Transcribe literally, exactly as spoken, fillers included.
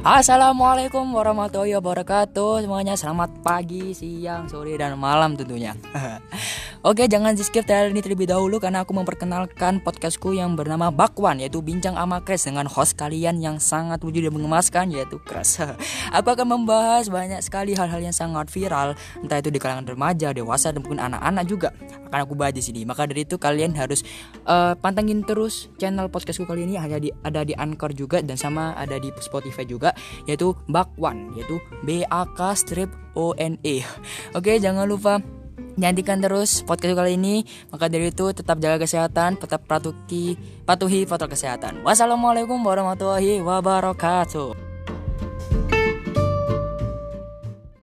Assalamualaikum warahmatullahi wabarakatuh. Semuanya selamat pagi, siang, sore, dan malam tentunya. Oke, jangan di skip trailer ini terlebih dahulu karena aku memperkenalkan podcastku yang bernama Bakwan, yaitu Bincang sama Kres dengan host kalian yang sangat lucu dan mengemaskan, yaitu Kres. Aku akan membahas banyak sekali hal-hal yang sangat viral, entah itu di kalangan remaja, dewasa, dan mungkin anak-anak juga akan aku bahas di sini. Maka dari itu kalian harus uh, pantengin terus channel podcastku kali ini, hanya di, ada di Anchor juga dan sama ada di Spotify juga, yaitu Bakwan, yaitu B A K strip O N E. Oke, jangan lupa nantikan terus podcast kali ini. Maka dari itu tetap jaga kesehatan, tetap patuhi patuhi protokol kesehatan. Wassalamualaikum warahmatullahi wabarakatuh.